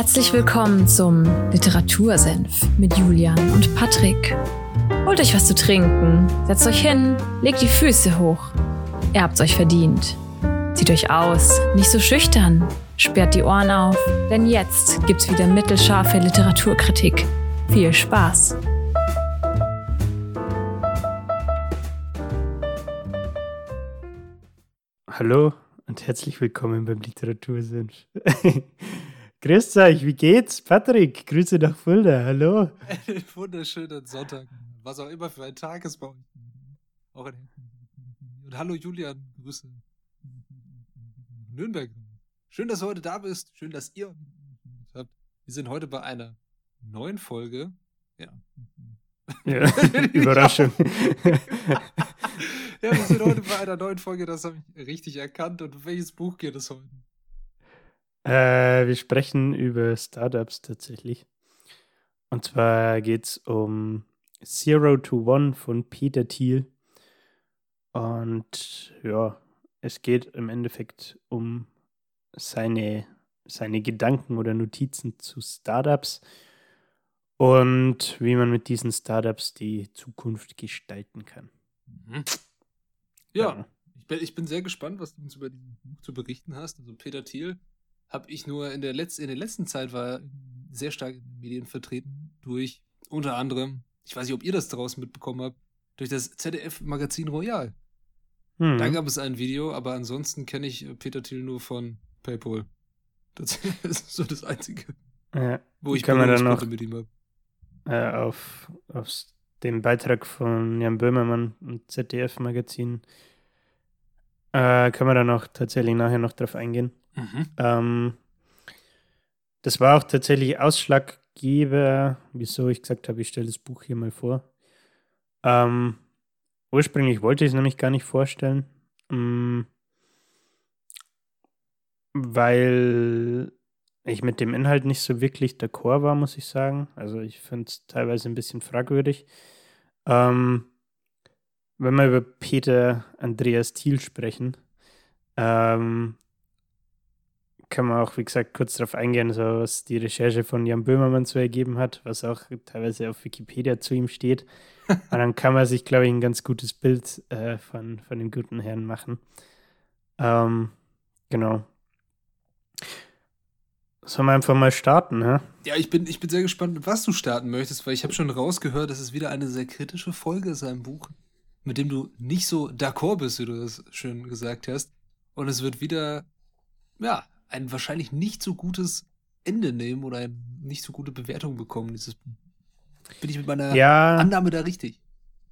Herzlich willkommen zum Literatursenf mit Julian und Patrick. Holt euch was zu trinken, setzt euch hin, legt die Füße hoch. Ihr habt's euch verdient. Zieht euch aus, nicht so schüchtern, sperrt die Ohren auf, denn jetzt gibt's wieder mittelscharfe Literaturkritik. Viel Spaß! Hallo und herzlich willkommen beim Literatursenf. Grüßt euch, wie geht's? Patrick, Grüße nach Fulda, hallo. Einen wunderschönen Sonntag, was auch immer für ein Tag es bei euch auch in und hallo Julian, Grüße Nürnberg. Schön, dass du heute da bist, schön, dass ihr habt. Wir sind heute bei einer neuen Folge. Ja, Überraschung. Ja, wir sind heute bei einer neuen Folge, das habe ich richtig erkannt. Und um welches Buch geht es heute? Wir sprechen über Startups tatsächlich. Und zwar geht es um Zero to One von Peter Thiel. Und ja, es geht im Endeffekt um seine Gedanken oder Notizen zu Startups und wie man mit diesen Startups die Zukunft gestalten kann. Ja, ich bin sehr gespannt, was du uns über dieses Buch zu berichten hast. Also Peter Thiel habe ich nur in der letzten Zeit war sehr stark in den Medien vertreten durch unter anderem, ich weiß nicht, ob ihr das draußen mitbekommen habt, durch das ZDF-Magazin Royal. Da gab es ein Video, aber ansonsten kenne ich Peter Thiel nur von PayPal. Das ist so das Einzige, wo ich Berührungspunkte mit ihm habe. Auf den Beitrag von Jan Böhmermann und ZDF-Magazin können wir dann auch tatsächlich nachher noch drauf eingehen. Das war auch tatsächlich Ausschlaggeber, wieso ich gesagt habe, ich stelle das Buch hier mal vor. Ursprünglich wollte ich es nämlich gar nicht vorstellen, weil ich mit dem Inhalt nicht so wirklich d'accord war, muss ich sagen. Also ich finde es teilweise ein bisschen fragwürdig. Wenn wir über Peter Andreas Thiel sprechen, kann man auch, wie gesagt, kurz darauf eingehen, so was die Recherche von Jan Böhmermann so ergeben hat, was auch teilweise auf Wikipedia zu ihm steht. Und dann kann man sich, glaube ich, ein ganz gutes Bild von dem guten Herrn machen. Genau. Sollen wir einfach mal starten, ne? Ja, ich bin sehr gespannt, mit was du starten möchtest, weil ich habe schon rausgehört, dass es wieder eine sehr kritische Folge ist, ein Buch, mit dem du nicht so d'accord bist, wie du das schön gesagt hast. Und es wird wieder, ja, ein wahrscheinlich nicht so gutes Ende nehmen oder eine nicht so gute Bewertung bekommen, dieses Buch. Bin ich mit meiner Annahme da richtig?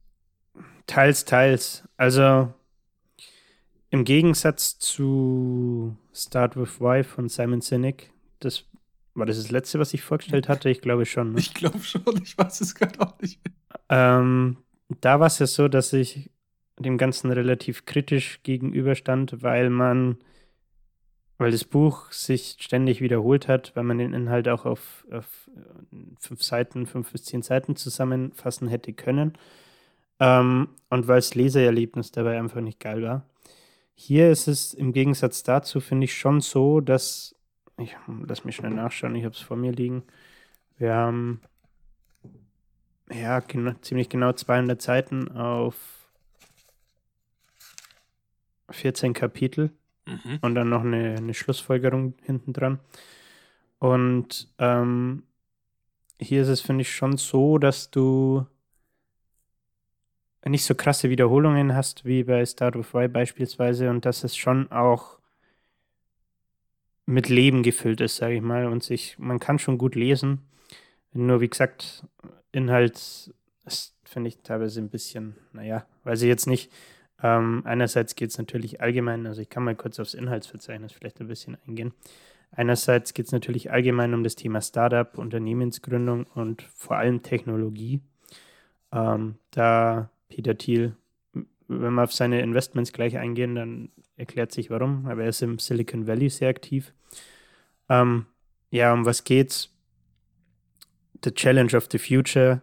Teils. Also im Gegensatz zu Start with Why von Simon Sinek, das war das letzte, was ich vorgestellt hatte? Ich glaube schon. Ne? Ich glaube schon, ich weiß es gerade auch nicht mehr. Da war es ja so, dass ich dem Ganzen relativ kritisch gegenüberstand, weil das Buch sich ständig wiederholt hat, weil man den Inhalt auch auf 5 bis 10 Seiten zusammenfassen hätte können. Und weil das Leseerlebnis dabei einfach nicht geil war. Hier ist es im Gegensatz dazu, finde ich, schon so, dass, lass mich schnell nachschauen, ich habe es vor mir liegen, wir haben ziemlich genau 200 Seiten auf 14 Kapitel. Und dann noch eine Schlussfolgerung hinten dran. Und hier ist es, finde ich, schon so, dass du nicht so krasse Wiederholungen hast wie bei Start with Why beispielsweise und dass es schon auch mit Leben gefüllt ist, sage ich mal. Und man kann schon gut lesen. Nur, wie gesagt, Inhalt ist, finde ich, teilweise ein bisschen, weiß ich jetzt nicht. Einerseits geht es natürlich allgemein, also ich kann mal kurz aufs Inhaltsverzeichnis vielleicht ein bisschen eingehen. Einerseits geht es natürlich allgemein um das Thema Startup, Unternehmensgründung und vor allem Technologie. Da Peter Thiel, wenn wir auf seine Investments gleich eingehen, dann erklärt sich warum, aber er ist im Silicon Valley sehr aktiv. Um was geht's? The Challenge of the Future,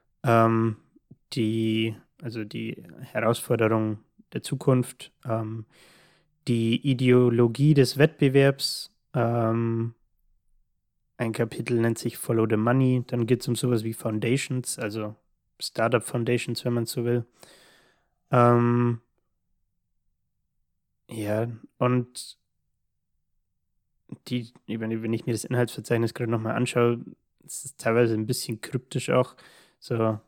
die Herausforderung der Zukunft, die Ideologie des Wettbewerbs, ein Kapitel nennt sich Follow the Money. Dann geht es um sowas wie Foundations, also Startup Foundations, wenn man so will. Ja, und wenn ich mir das Inhaltsverzeichnis gerade nochmal anschaue, ist es teilweise ein bisschen kryptisch auch. So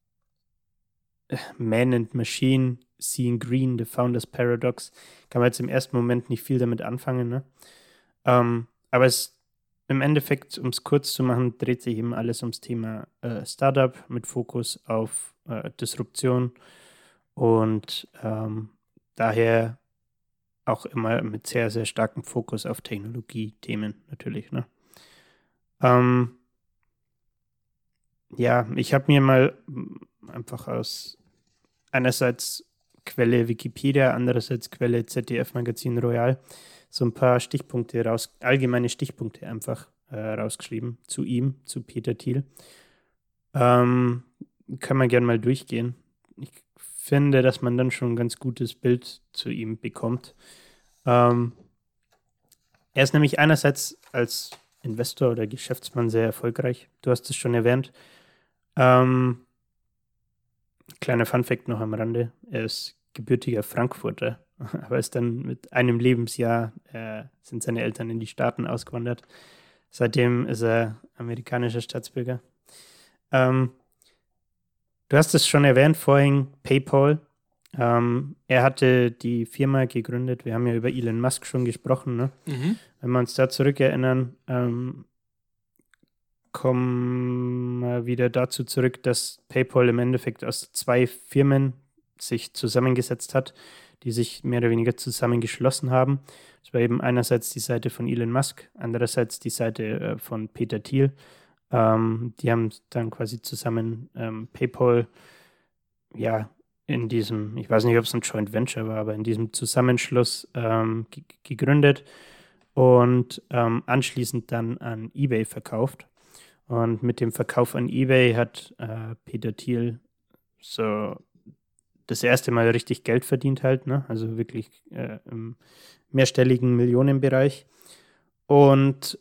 Man and Machine, Seeing Green, The Founder's Paradox. Kann man jetzt im ersten Moment nicht viel damit anfangen, ne? Aber im Endeffekt, um es kurz zu machen, dreht sich eben alles ums Thema Startup mit Fokus auf Disruption und daher auch immer mit sehr, sehr starkem Fokus auf Technologie-Themen natürlich, ne? Ja, ich habe mir mal einfach aus einerseits Quelle Wikipedia, andererseits Quelle ZDF-Magazin Royal so ein paar Stichpunkte allgemeine Stichpunkte einfach rausgeschrieben zu ihm, zu Peter Thiel. Kann man gerne mal durchgehen. Ich finde, dass man dann schon ein ganz gutes Bild zu ihm bekommt. Er ist nämlich einerseits als Investor oder Geschäftsmann sehr erfolgreich. Du hast es schon erwähnt. Kleiner Funfact noch am Rande. Er ist gebürtiger Frankfurter, aber ist dann mit einem Lebensjahr sind seine Eltern in die Staaten ausgewandert. Seitdem ist er amerikanischer Staatsbürger. Du hast es schon erwähnt vorhin, PayPal. Er hatte die Firma gegründet. Wir haben ja über Elon Musk schon gesprochen, ne? Mhm. Wenn wir uns da zurückerinnern, kommen wir wieder dazu zurück, dass PayPal im Endeffekt aus 2 Firmen sich zusammengesetzt hat, die sich mehr oder weniger zusammengeschlossen haben. Das war eben einerseits die Seite von Elon Musk, andererseits die Seite von Peter Thiel. Die haben dann quasi zusammen PayPal, ja, in diesem, ich weiß nicht, ob es ein Joint Venture war, aber in diesem Zusammenschluss gegründet und anschließend dann an eBay verkauft. Und mit dem Verkauf an eBay hat Peter Thiel so das erste Mal richtig Geld verdient halt, ne? Also wirklich im mehrstelligen Millionenbereich. Und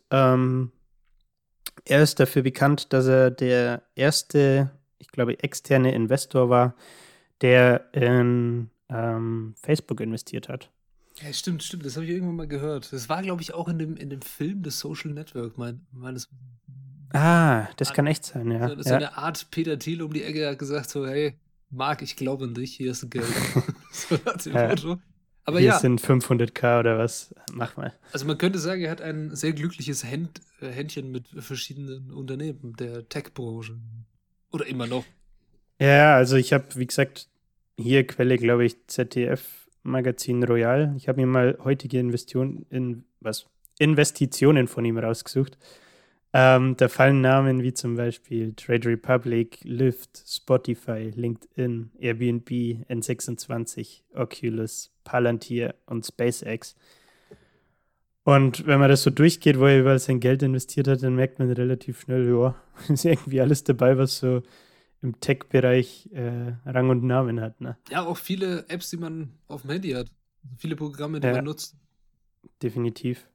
er ist dafür bekannt, dass er der erste, ich glaube, externe Investor war, der in Facebook investiert hat. Ja, stimmt. Das habe ich irgendwann mal gehört. Das war, glaube ich, auch in dem Film The Social Network, meines. Das kann echt sein, ja. So eine Art Peter Thiel um die Ecke hat gesagt so, hey, Marc, ich glaube an dich, hier ist Geld. So nach dem Motto. Aber hier sind 500.000 oder was, mach mal. Also man könnte sagen, er hat ein sehr glückliches Händchen mit verschiedenen Unternehmen der Tech-Branche. Oder immer noch. Ja, also ich habe, wie gesagt, hier Quelle, glaube ich, ZDF-Magazin Royal. Ich habe mir mal heutige Investitionen von ihm rausgesucht. Da fallen Namen wie zum Beispiel Trade Republic, Lyft, Spotify, LinkedIn, Airbnb, N26, Oculus, Palantir und SpaceX. Und wenn man das so durchgeht, wo er überall sein Geld investiert hat, dann merkt man relativ schnell, ja, ist irgendwie alles dabei, was so im Tech-Bereich Rang und Namen hat, ne? Ja, auch viele Apps, die man auf dem Handy hat. Viele Programme, die man nutzt. Definitiv.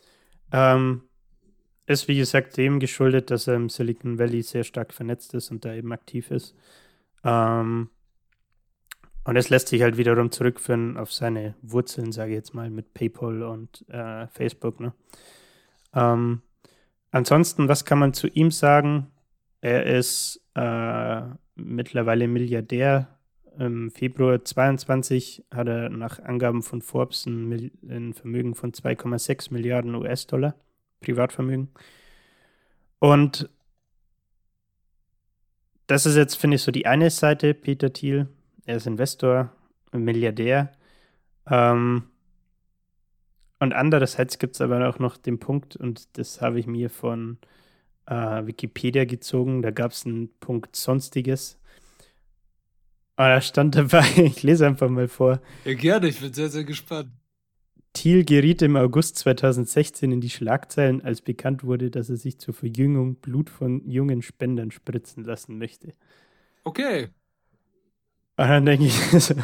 Ist, wie gesagt, dem geschuldet, dass er im Silicon Valley sehr stark vernetzt ist und da eben aktiv ist. Und es lässt sich halt wiederum zurückführen auf seine Wurzeln, sage ich jetzt mal, mit PayPal und Facebook, ne? Ansonsten, was kann man zu ihm sagen? Er ist mittlerweile Milliardär. Im Februar 22 hat er nach Angaben von Forbes ein Vermögen von 2,6 Milliarden US-Dollar. Privatvermögen. Und das ist jetzt, finde ich, so die eine Seite, Peter Thiel. Er ist Investor, Milliardär. Und andererseits gibt es aber auch noch den Punkt, und das habe ich mir von Wikipedia gezogen, da gab es einen Punkt Sonstiges. Und da stand dabei, ich lese einfach mal vor. Ja, gerne, ich bin sehr, sehr gespannt. Thiel geriet im August 2016 in die Schlagzeilen, als bekannt wurde, dass er sich zur Verjüngung Blut von jungen Spendern spritzen lassen möchte. Okay. Und dann denke ich so,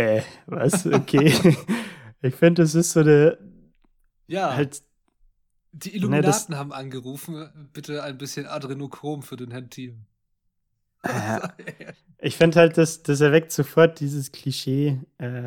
was? Okay. Ich finde, das ist so eine, ja. halt Die Illuminaten haben angerufen, bitte ein bisschen Adrenochrom für den Herrn Thiel. Ich finde halt, das erweckt sofort dieses Klischee,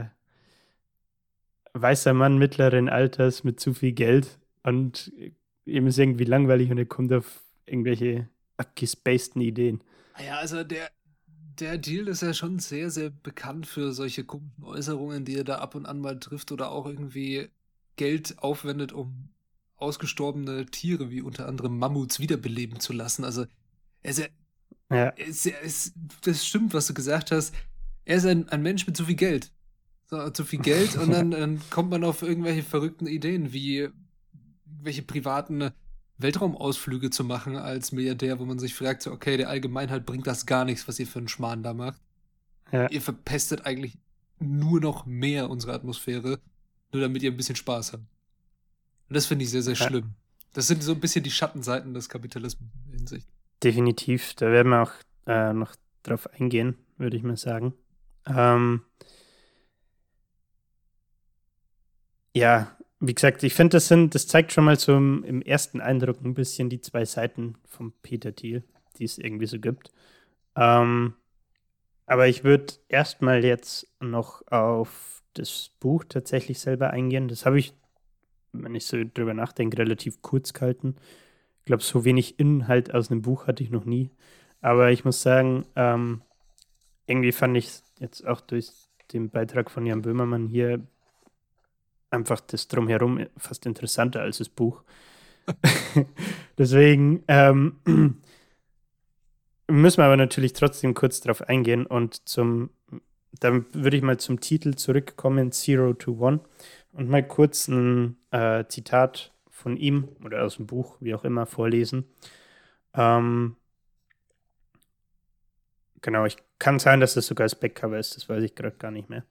weißer Mann mittleren Alters mit zu viel Geld und ihm ist irgendwie langweilig und er kommt auf irgendwelche abgespaceden Ideen. Ja, also der Deal ist ja schon sehr, sehr bekannt für solche komischen Äußerungen, die er da ab und an mal trifft oder auch irgendwie Geld aufwendet, um ausgestorbene Tiere wie unter anderem Mammuts wiederbeleben zu lassen. Also er ist ja, das stimmt, was du gesagt hast. Er ist ein Mensch mit zu viel Geld. So, zu viel Geld und dann kommt man auf irgendwelche verrückten Ideen, wie irgendwelche privaten Weltraumausflüge zu machen als Milliardär, wo man sich fragt, so, okay, der Allgemeinheit bringt das gar nichts, was ihr für einen Schmarrn da macht. Ja. Ihr verpestet eigentlich nur noch mehr unsere Atmosphäre, nur damit ihr ein bisschen Spaß habt. Und das finde ich sehr, sehr schlimm. Das sind so ein bisschen die Schattenseiten des Kapitalismus in der Hinsicht. Definitiv, da werden wir auch noch drauf eingehen, würde ich mal sagen. Ja, wie gesagt, ich finde, das zeigt schon mal so im ersten Eindruck ein bisschen die zwei Seiten von Peter Thiel, die es irgendwie so gibt. Aber ich würde erstmal jetzt noch auf das Buch tatsächlich selber eingehen. Das habe ich, wenn ich so drüber nachdenke, relativ kurz gehalten. Ich glaube, so wenig Inhalt aus einem Buch hatte ich noch nie. Aber ich muss sagen, irgendwie fand ich jetzt auch durch den Beitrag von Jan Böhmermann hier einfach das Drumherum fast interessanter als das Buch. Deswegen müssen wir aber natürlich trotzdem kurz drauf eingehen und dann würde ich mal zum Titel zurückkommen, Zero to One, und mal kurz ein Zitat von ihm oder aus dem Buch, wie auch immer, vorlesen. Genau, ich kann sein, dass das sogar das Backcover ist, das weiß ich gerade gar nicht mehr.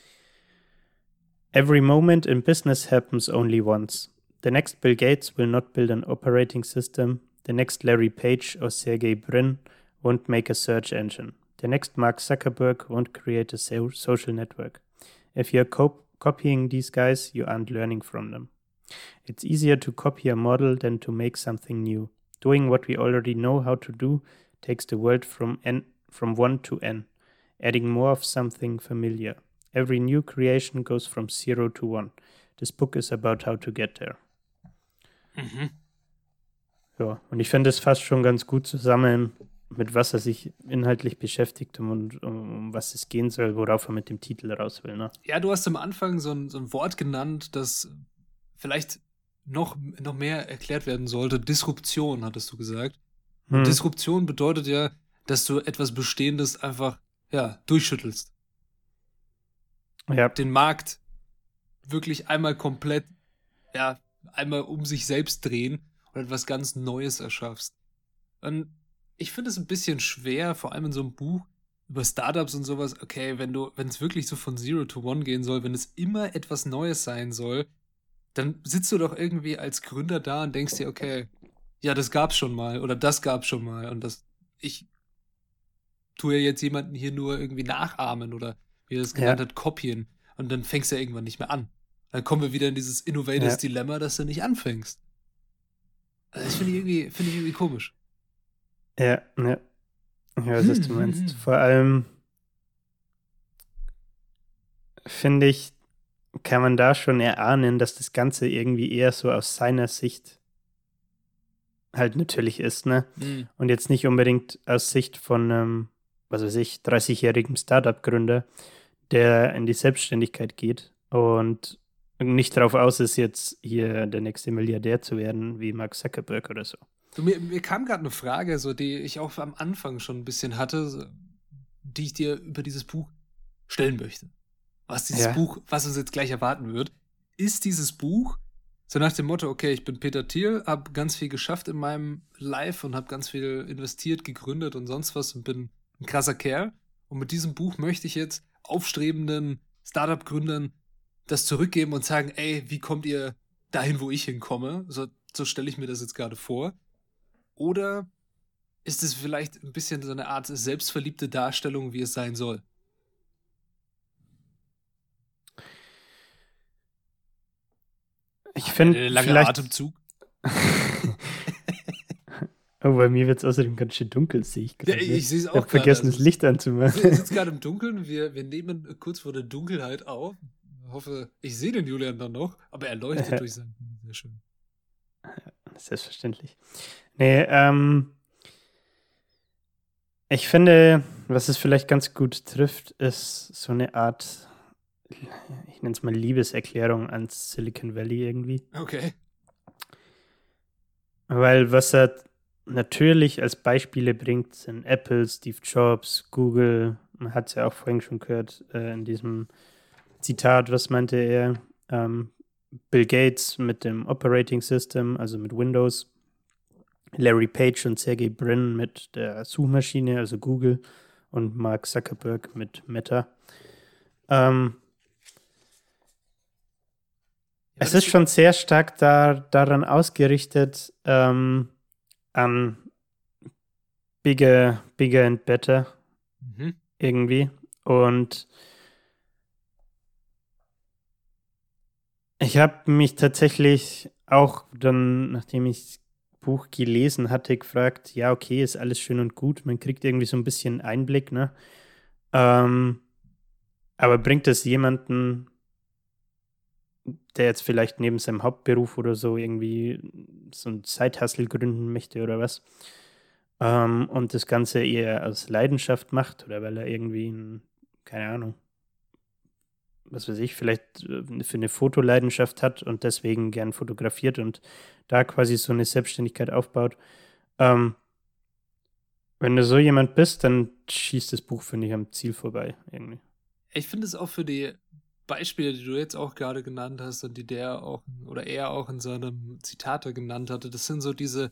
Every moment in business happens only once. The next Bill Gates will not build an operating system. The next Larry Page or Sergey Brin won't make a search engine. The next Mark Zuckerberg won't create a social network. If you're copying these guys, you aren't learning from them. It's easier to copy a model than to make something new. Doing what we already know how to do takes the world from 1 to n, adding more of something familiar. Every new creation goes from 0 to 1. This book is about how to get there. Mhm. Ja, und ich finde es fast schon ganz gut zusammen, mit was er sich inhaltlich beschäftigt und um was es gehen soll, worauf er mit dem Titel raus will. Ne? Ja, du hast am Anfang so ein Wort genannt, das vielleicht noch mehr erklärt werden sollte. Disruption, hattest du gesagt. Und Disruption bedeutet ja, dass du etwas Bestehendes einfach durchschüttelst. Ja. Den Markt wirklich einmal komplett, einmal um sich selbst drehen und etwas ganz Neues erschaffst. Und ich finde es ein bisschen schwer, vor allem in so einem Buch über Startups und sowas, okay, wenn es wirklich so von 0 to 1 gehen soll, wenn es immer etwas Neues sein soll, dann sitzt du doch irgendwie als Gründer da und denkst dir, okay, ja, das gab's schon mal oder das gab's schon mal und ich tue ja jetzt jemanden hier nur irgendwie nachahmen oder wie er das genannt hat, kopieren. Und dann fängst du ja irgendwann nicht mehr an. Dann kommen wir wieder in dieses Innovators Dilemma, dass du nicht anfängst. Also das finde ich irgendwie komisch. Ja. Ich weiß, was du meinst. Vor allem finde ich, kann man da schon erahnen, dass das Ganze irgendwie eher so aus seiner Sicht halt natürlich ist, ne? Und jetzt nicht unbedingt aus Sicht von einem, 30-jährigen Startup-Gründer, der in die Selbstständigkeit geht und nicht darauf aus ist, jetzt hier der nächste Milliardär zu werden, wie Mark Zuckerberg oder so. Mir kam gerade eine Frage, so, die ich auch am Anfang schon ein bisschen hatte, die ich dir über dieses Buch stellen möchte. Was dieses Buch, was uns jetzt gleich erwarten wird, ist dieses Buch so nach dem Motto, okay, ich bin Peter Thiel, habe ganz viel geschafft in meinem Life und habe ganz viel investiert, gegründet und sonst was und bin ein krasser Kerl. Und mit diesem Buch möchte ich jetzt aufstrebenden Startup-Gründern das zurückgeben und sagen, ey, wie kommt ihr dahin, wo ich hinkomme? So stelle ich mir das jetzt gerade vor. Oder ist es vielleicht ein bisschen so eine Art selbstverliebte Darstellung, wie es sein soll? Ich finde langer Atemzug. Oh, bei mir wird es außerdem ganz schön dunkel, sehe ich Ja, gerade. ich sehe es Ich auch habe gerade. vergessen, Also, das Licht wir anzumachen. sitzen gerade im Dunkeln. Wir nehmen kurz vor der Dunkelheit auf. Ich hoffe, ich sehe den Julian dann noch, aber er leuchtet durch sein. Sehr schön. Selbstverständlich. Nee, ich finde, was es vielleicht ganz gut trifft, ist so eine Art, ich nenne es mal Liebeserklärung ans Silicon Valley irgendwie. Okay. Weil was er natürlich als Beispiele bringt, sind Apple, Steve Jobs, Google. Man hat es ja auch vorhin schon gehört in diesem Zitat, was meinte er? Bill Gates mit dem Operating System, also mit Windows. Larry Page und Sergey Brin mit der Suchmaschine, also Google. Und Mark Zuckerberg mit Meta. Es ist schon sehr stark daran ausgerichtet, an bigger and better irgendwie. Und ich habe mich tatsächlich auch dann, nachdem ich das Buch gelesen hatte, gefragt, ja, okay, ist alles schön und gut. Man kriegt irgendwie so ein bisschen Einblick, ne? Aber bringt es jemanden, der jetzt vielleicht neben seinem Hauptberuf oder so irgendwie so ein Side-Hustle gründen möchte oder was, und das Ganze eher aus Leidenschaft macht oder weil er irgendwie, keine Ahnung, was weiß ich, vielleicht für eine Fotoleidenschaft hat und deswegen gern fotografiert und da quasi so eine Selbstständigkeit aufbaut. Wenn du so jemand bist, dann schießt das Buch, finde ich, am Ziel vorbei irgendwie. Ich finde es auch für die Beispiele, die du jetzt auch gerade genannt hast und die er auch in seinem Zitat genannt hatte, das sind so diese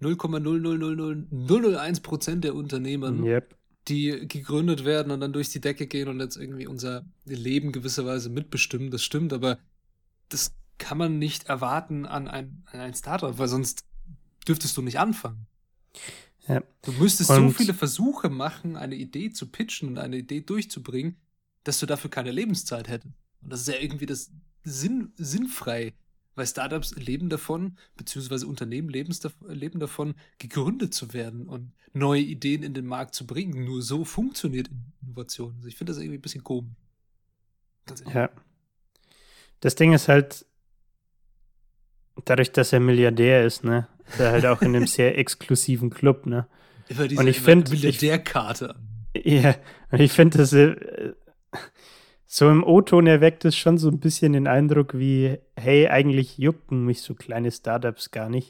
0,0000001% der Unternehmen, Yep. die gegründet werden und dann durch die Decke gehen und jetzt irgendwie unser Leben gewisserweise mitbestimmen. Das stimmt, aber das kann man nicht erwarten an ein Startup, weil sonst dürftest du nicht anfangen. Ja. Du müsstest so viele Versuche machen, eine Idee zu pitchen und eine Idee durchzubringen, dass du dafür keine Lebenszeit hättest. Und das ist ja irgendwie das sinnfrei, weil Startups leben davon, beziehungsweise Unternehmen leben davon, gegründet zu werden und neue Ideen in den Markt zu bringen. Nur so funktioniert Innovation. Also ich finde das irgendwie ein bisschen komisch. Ganz ehrlich. Ja. Das Ding ist halt, dadurch, dass er Milliardär ist, ne, ist er halt auch in einem sehr exklusiven Club, ne. Immer diese Und ich finde Milliardärkarte. Ja, und ich finde, dass so im O-Ton erweckt es schon so ein bisschen den Eindruck wie, hey, eigentlich jucken mich so kleine Startups gar nicht.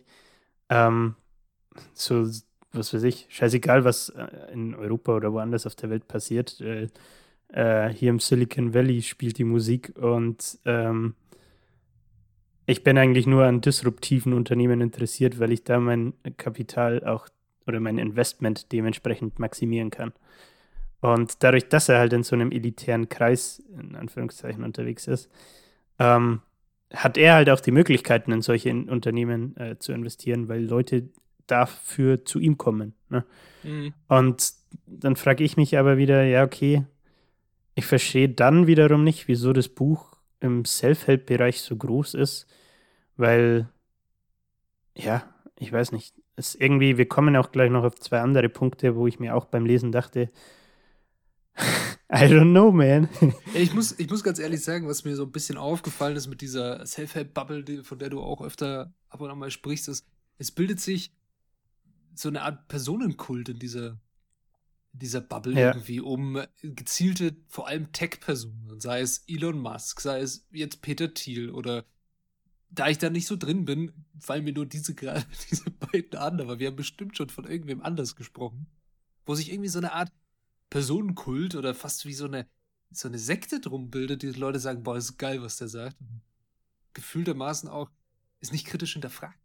So, was weiß ich, scheißegal, was in Europa oder woanders auf der Welt passiert. Hier im Silicon Valley spielt die Musik und ich bin eigentlich nur an disruptiven Unternehmen interessiert, weil ich da mein Kapital auch oder mein Investment dementsprechend maximieren kann. Und dadurch, dass er halt in so einem elitären Kreis, in Anführungszeichen, unterwegs ist, hat er halt auch die Möglichkeiten, in solche Unternehmen zu investieren, weil Leute dafür zu ihm kommen. Ne? Mhm. Und dann frage ich mich aber wieder, ja, okay, ich verstehe dann wiederum nicht, wieso das Buch im Self-Help-Bereich so groß ist, weil, ja, ich weiß nicht, es irgendwie, wir kommen auch gleich noch auf 2 andere Punkte, wo ich mir auch beim Lesen dachte, I don't know, man. Ich muss ganz ehrlich sagen, was mir so ein bisschen aufgefallen ist mit dieser Self-Help-Bubble, von der du auch öfter ab und an mal sprichst, ist, es bildet sich so eine Art Personenkult in dieser Bubble irgendwie um gezielte, vor allem Tech-Personen, sei es Elon Musk, sei es jetzt Peter Thiel oder da ich da nicht so drin bin, fallen mir nur diese beiden an, aber wir haben bestimmt schon von irgendwem anders gesprochen, wo sich irgendwie so eine Art Personenkult oder fast wie so eine Sekte drum bildet, die Leute sagen, boah, das ist geil, was der sagt. Und gefühltermaßen auch ist nicht kritisch hinterfragt.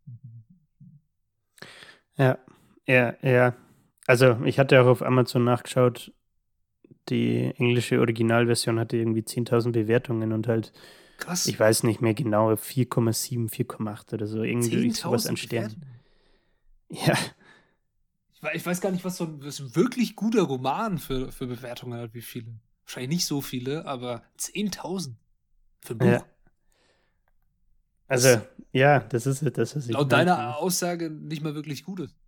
Ja. Also ich hatte auch auf Amazon nachgeschaut, die englische Originalversion hatte irgendwie 10.000 Bewertungen und halt, krass, ich weiß nicht mehr genau, 4,7, 4,8 oder so, irgendwie sowas an Sternen. Ja. Ich weiß gar nicht, was so ein wirklich guter Roman für Bewertungen hat, wie viele. Wahrscheinlich nicht so viele, aber 10.000 für ein Buch. Also, ja, das ist halt das, was ich laut meinte. deiner Aussage nicht mal wirklich gut ist.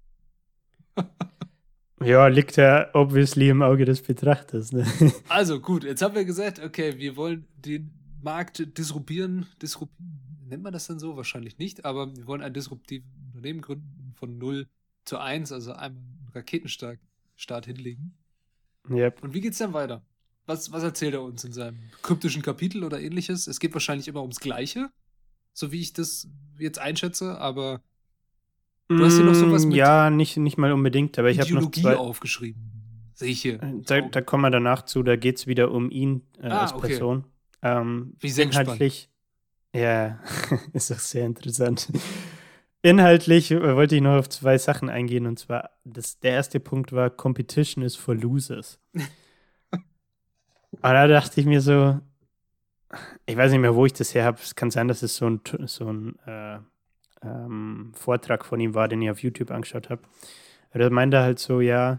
Ja, liegt ja obviously im Auge des Betrachters. Ne? Also gut, jetzt haben wir gesagt, okay, wir wollen den Markt disruptieren. Nennt man das dann so? Wahrscheinlich nicht, aber wir wollen ein disruptives Unternehmen gründen von 0 zu 1, also einmal einen Raketenstart hinlegen. Yep. Und wie geht's dann weiter? Was erzählt er uns in seinem kryptischen Kapitel oder ähnliches? Es geht wahrscheinlich immer ums Gleiche, so wie ich das jetzt einschätze, aber du hast hier noch sowas mit Ja, nicht mal unbedingt, aber ich habe noch Ideologie zwei. aufgeschrieben. Sehe ich hier. Da kommen wir danach zu, da geht es wieder um ihn als okay. Person. Bin ich sehr Inhaltlich, ja, ist doch sehr interessant. Inhaltlich wollte ich noch auf zwei Sachen eingehen, und zwar, der erste Punkt war, Competition is for losers. Und da dachte ich mir so, ich weiß nicht mehr, wo ich das her habe, es kann sein, dass es so ein Vortrag von ihm war, den ich auf YouTube angeschaut habe. Da meinte er halt so, ja,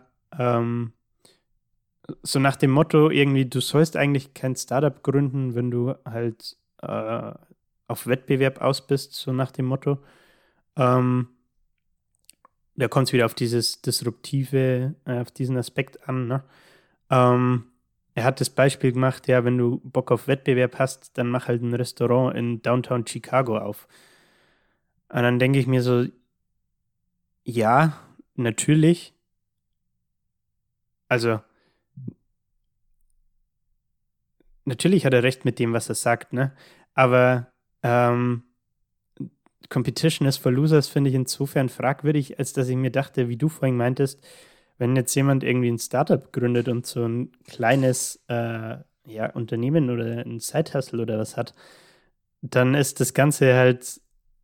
so nach dem Motto irgendwie, du sollst eigentlich kein Startup gründen, wenn du halt auf Wettbewerb aus bist, so nach dem Motto. Da kommt es wieder auf dieses Disruptive, auf diesen Aspekt an, ne? Er hat das Beispiel gemacht, ja, wenn du Bock auf Wettbewerb hast, dann mach halt ein Restaurant in Downtown Chicago auf. Und dann denke ich mir so, ja, natürlich. Also, natürlich hat er recht mit dem, was er sagt, ne? Aber Competition is for losers finde ich insofern fragwürdig, als dass ich mir dachte, wie du vorhin meintest, wenn jetzt jemand irgendwie ein Startup gründet und so ein kleines Unternehmen oder ein Side-Hustle oder was hat, dann ist das Ganze halt,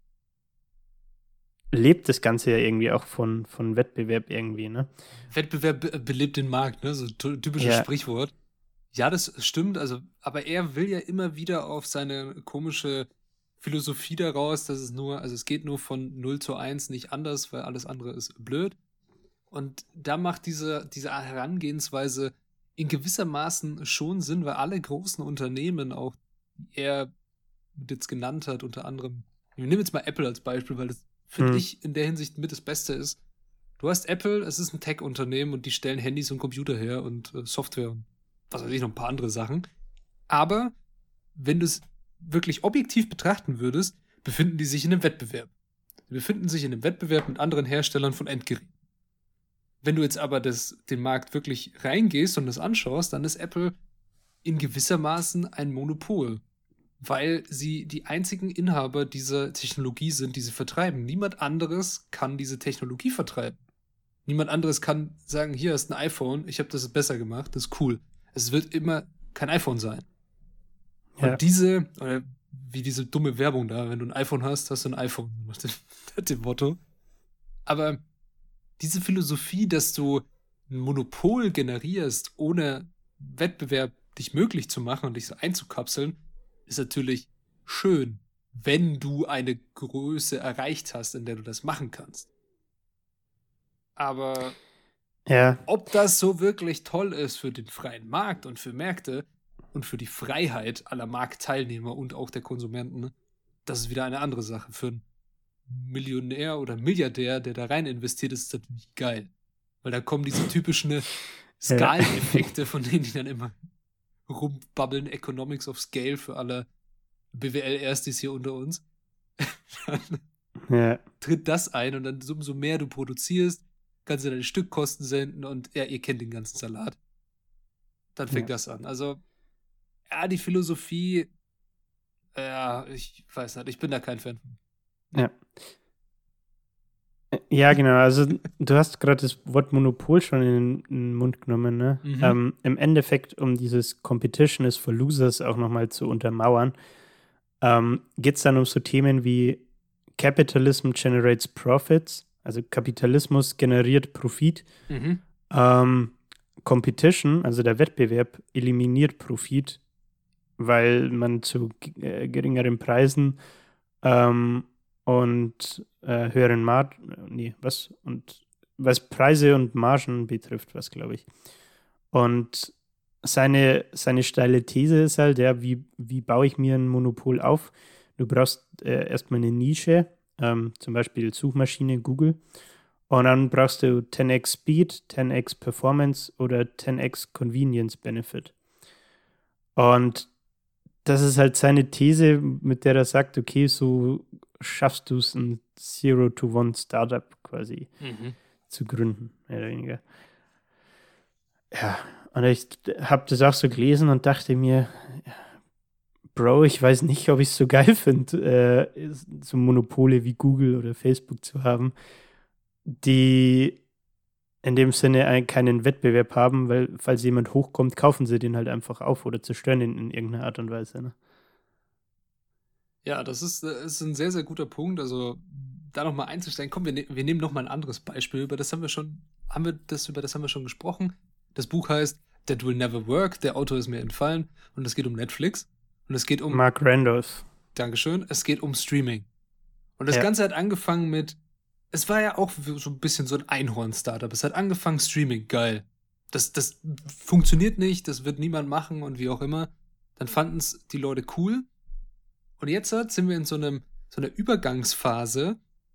lebt das Ganze ja irgendwie auch von Wettbewerb irgendwie, ne? Wettbewerb belebt den Markt, ne? So ein typisches Sprichwort. Ja, das stimmt, also, aber er will ja immer wieder auf seine komische Philosophie daraus, dass es geht nur von 0 zu 1 nicht anders, weil alles andere ist blöd. Und da macht diese Herangehensweise in gewissermaßen schon Sinn, weil alle großen Unternehmen, auch die er jetzt genannt hat, unter anderem, wir nehmen jetzt mal Apple als Beispiel, weil das, finde ich, in der Hinsicht mit das Beste ist. Du hast Apple, es ist ein Tech-Unternehmen und die stellen Handys und Computer her und Software und was weiß ich, noch ein paar andere Sachen. Aber wenn du es wirklich objektiv betrachten würdest, befinden die sich in einem Wettbewerb. Die befinden sich in einem Wettbewerb mit anderen Herstellern von Endgeräten. Wenn du jetzt aber den Markt wirklich reingehst und das anschaust, dann ist Apple in gewissermaßen ein Monopol, weil sie die einzigen Inhaber dieser Technologie sind, die sie vertreiben. Niemand anderes kann diese Technologie vertreiben. Niemand anderes kann sagen, hier ist ein iPhone, ich habe das besser gemacht, das ist cool. Es wird immer kein iPhone sein. Ja. Und wie diese dumme Werbung da, wenn du ein iPhone hast, hast du ein iPhone. Nach dem Motto. Aber diese Philosophie, dass du ein Monopol generierst, ohne Wettbewerb dich möglich zu machen und dich so einzukapseln, ist natürlich schön, wenn du eine Größe erreicht hast, in der du das machen kannst. Aber ob das so wirklich toll ist für den freien Markt und für Märkte und für die Freiheit aller Marktteilnehmer und auch der Konsumenten, das ist wieder eine andere Sache. Für einen Millionär oder Milliardär, der da rein investiert, ist das natürlich geil. Weil da kommen diese typischen Skaleneffekte, von denen die dann immer rumbabbeln, Economics of Scale für alle BWL-Erstis hier unter uns. Dann tritt das ein und dann umso mehr du produzierst, kannst du deine Stückkosten senden und ihr kennt den ganzen Salat. Dann fängt das an. Also, die Philosophie, ich weiß nicht, ich bin da kein Fan von. Ja, genau. Also du hast gerade das Wort Monopol schon in den Mund genommen, ne? Im Endeffekt, um dieses Competition is for losers auch nochmal zu untermauern, geht es dann um so Themen wie Capitalism generates profits, also Kapitalismus generiert Profit. Competition, also der Wettbewerb, eliminiert Profit, weil man zu geringeren Preisen und höheren was Preise und Margen betrifft, was glaube ich. Und seine steile These ist halt, wie baue ich mir ein Monopol auf? Du brauchst erstmal eine Nische, zum Beispiel Suchmaschine Google. Und dann brauchst du 10x Speed, 10x Performance oder 10x Convenience Benefit. Und das ist halt seine These, mit der er sagt, okay, so schaffst du es, ein Zero-to-One-Startup quasi zu gründen, mehr oder weniger. Ja, und ich habe das auch so gelesen und dachte mir, Bro, ich weiß nicht, ob ich es so geil finde, so Monopole wie Google oder Facebook zu haben, die in dem Sinne keinen Wettbewerb haben, weil falls jemand hochkommt, kaufen sie den halt einfach auf oder zerstören ihn in irgendeiner Art und Weise. Ne? Ja, das ist ein sehr, sehr guter Punkt. Also da nochmal einzusteigen. Komm, wir nehmen nochmal ein anderes Beispiel. Über das haben wir schon gesprochen. Das Buch heißt That Will Never Work. Der Autor ist mir entfallen. Und es geht um Netflix. Und es geht um Mark Randolph. Dankeschön. Es geht um Streaming. Und das Ganze hat angefangen mit, es war ja auch so ein bisschen so ein Einhorn-Startup. Es hat angefangen, Streaming, geil. Das funktioniert nicht, das wird niemand machen und wie auch immer. Dann fanden es die Leute cool. Und jetzt sind wir in so einer Übergangsphase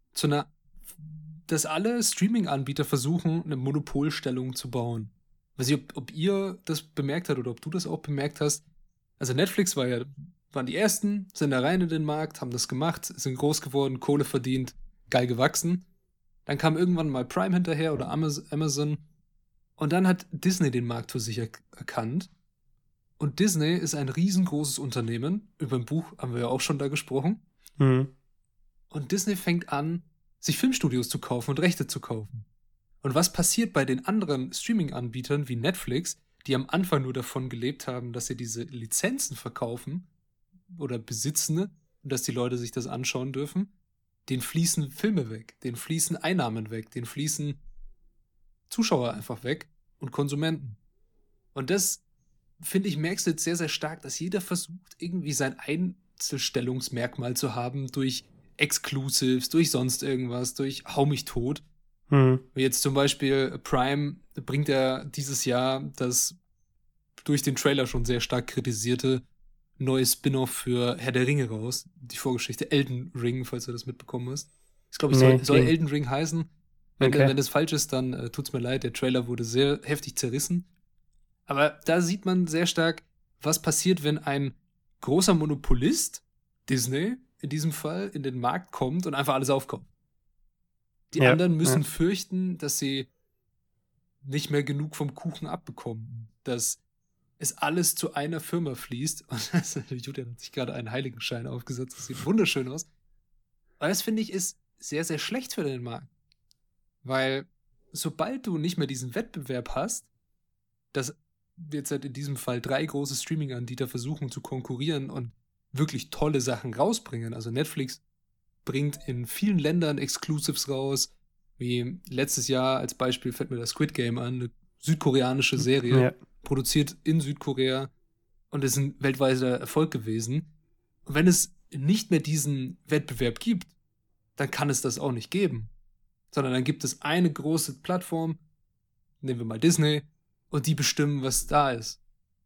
dass alle Streaming-Anbieter versuchen, eine Monopolstellung zu bauen. Weiß nicht, ob ihr das bemerkt habt oder ob du das auch bemerkt hast. Also Netflix waren die Ersten, sind da rein in den Markt, haben das gemacht, sind groß geworden, Kohle verdient, geil gewachsen. Dann kam irgendwann mal Prime hinterher oder Amazon. Und dann hat Disney den Markt für sich erkannt. Und Disney ist ein riesengroßes Unternehmen. Über ein Buch haben wir ja auch schon da gesprochen. Mhm. Und Disney fängt an, sich Filmstudios zu kaufen und Rechte zu kaufen. Und was passiert bei den anderen Streaming-Anbietern wie Netflix, die am Anfang nur davon gelebt haben, dass sie diese Lizenzen verkaufen oder besitzen und dass die Leute sich das anschauen dürfen? Denen fließen Filme weg, denen fließen Einnahmen weg, denen fließen Zuschauer einfach weg und Konsumenten. Und das, finde ich, merkst du jetzt sehr, sehr stark, dass jeder versucht, irgendwie sein Einzelstellungsmerkmal zu haben durch Exclusives, durch sonst irgendwas, durch Hau mich tot. Wie jetzt zum Beispiel Prime bringt ja dieses Jahr das durch den Trailer schon sehr stark kritisierte neue Spin-off für Herr der Ringe raus. Die Vorgeschichte Elden Ring, falls du das mitbekommen hast. Ich glaube, soll Elden Ring heißen. Wenn das falsch ist, dann tut's mir leid. Der Trailer wurde sehr heftig zerrissen. Aber da sieht man sehr stark, was passiert, wenn ein großer Monopolist, Disney in diesem Fall, in den Markt kommt und einfach alles aufkauft. Die anderen müssen fürchten, dass sie nicht mehr genug vom Kuchen abbekommen. Dass es alles zu einer Firma fließt. Und Julian hat sich gerade einen Heiligenschein aufgesetzt. Das sieht wunderschön aus. Aber das, finde ich, ist sehr, sehr schlecht für den Markt. Weil sobald du nicht mehr diesen Wettbewerb hast, dass jetzt halt in diesem Fall 3 große Streaming-Anbieter versuchen zu konkurrieren und wirklich tolle Sachen rausbringen. Also Netflix bringt in vielen Ländern Exclusives raus, wie letztes Jahr als Beispiel fällt mir das Squid Game an, eine südkoreanische Serie, produziert in Südkorea und ist ein weltweiter Erfolg gewesen. Und wenn es nicht mehr diesen Wettbewerb gibt, dann kann es das auch nicht geben. Sondern dann gibt es eine große Plattform, nehmen wir mal Disney, und die bestimmen, was da ist.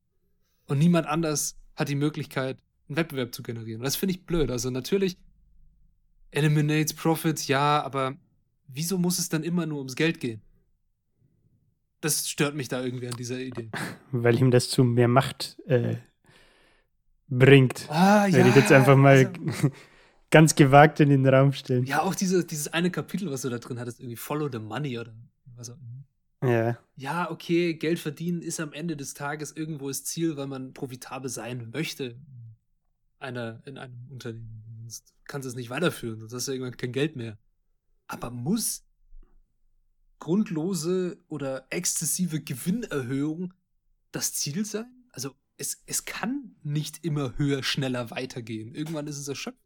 Und niemand anders hat die Möglichkeit, einen Wettbewerb zu generieren. Und das finde ich blöd. Also natürlich eliminates Profits, ja, aber wieso muss es dann immer nur ums Geld gehen? Das stört mich da irgendwie an dieser Idee. Weil ihm das zu mehr Macht bringt. Wenn ich jetzt einfach mal ganz gewagt in den Raum stellen. Ja, auch dieses eine Kapitel, was du da drin hattest, irgendwie Follow the Money oder was auch immer. Ja. Ja, okay, Geld verdienen ist am Ende des Tages irgendwo das Ziel, weil man profitabel sein möchte in einem Unternehmen. Sonst kannst du es nicht weiterführen, sonst hast du irgendwann kein Geld mehr. Aber muss grundlose oder exzessive Gewinnerhöhung das Ziel sein? Also es kann nicht immer höher, schneller weitergehen. Irgendwann ist es erschöpft.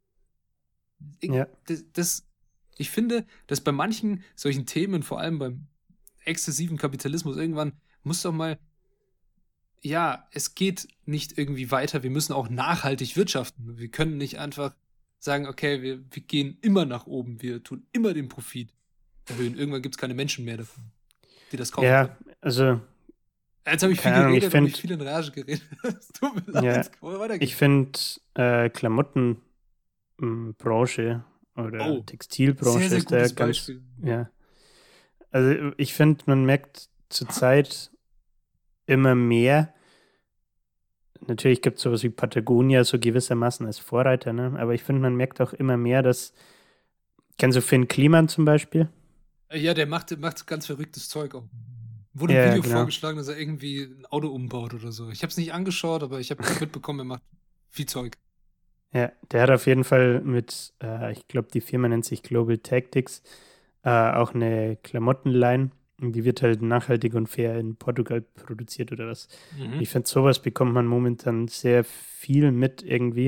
Ich finde, dass bei manchen solchen Themen, vor allem beim exzessiven Kapitalismus, irgendwann muss doch mal, ja, es geht nicht irgendwie weiter, wir müssen auch nachhaltig wirtschaften. Wir können nicht einfach sagen, okay, wir gehen immer nach oben, wir tun immer den Profit erhöhen. Irgendwann gibt es keine Menschen mehr davon, die das kaufen. Ja, also jetzt habe ich viel geredet und mich viel in Rage geredet. Es tut mir leid. Ich finde, Klamotten Branche oder Oh, Textilbranche sehr, sehr ist da gutes ganz, Beispiel. ja. Also ich finde, man merkt zurzeit immer mehr, natürlich gibt es sowas wie Patagonia so gewissermaßen als Vorreiter, ne? Aber ich finde, man merkt auch immer mehr, dass, kennst du Finn Kliman zum Beispiel? Ja, der macht ganz verrücktes Zeug auch. Wurde Ja, ein ja, Video genau. vorgeschlagen, dass er irgendwie ein Auto umbaut oder so. Ich habe es nicht angeschaut, aber ich habe mitbekommen, er macht viel Zeug. Ja, der hat auf jeden Fall mit, ich glaube, die Firma nennt sich Global Tactics, auch eine Klamottenline. Und die wird halt nachhaltig und fair in Portugal produziert oder was. Mhm. Ich finde, sowas bekommt man momentan sehr viel mit irgendwie,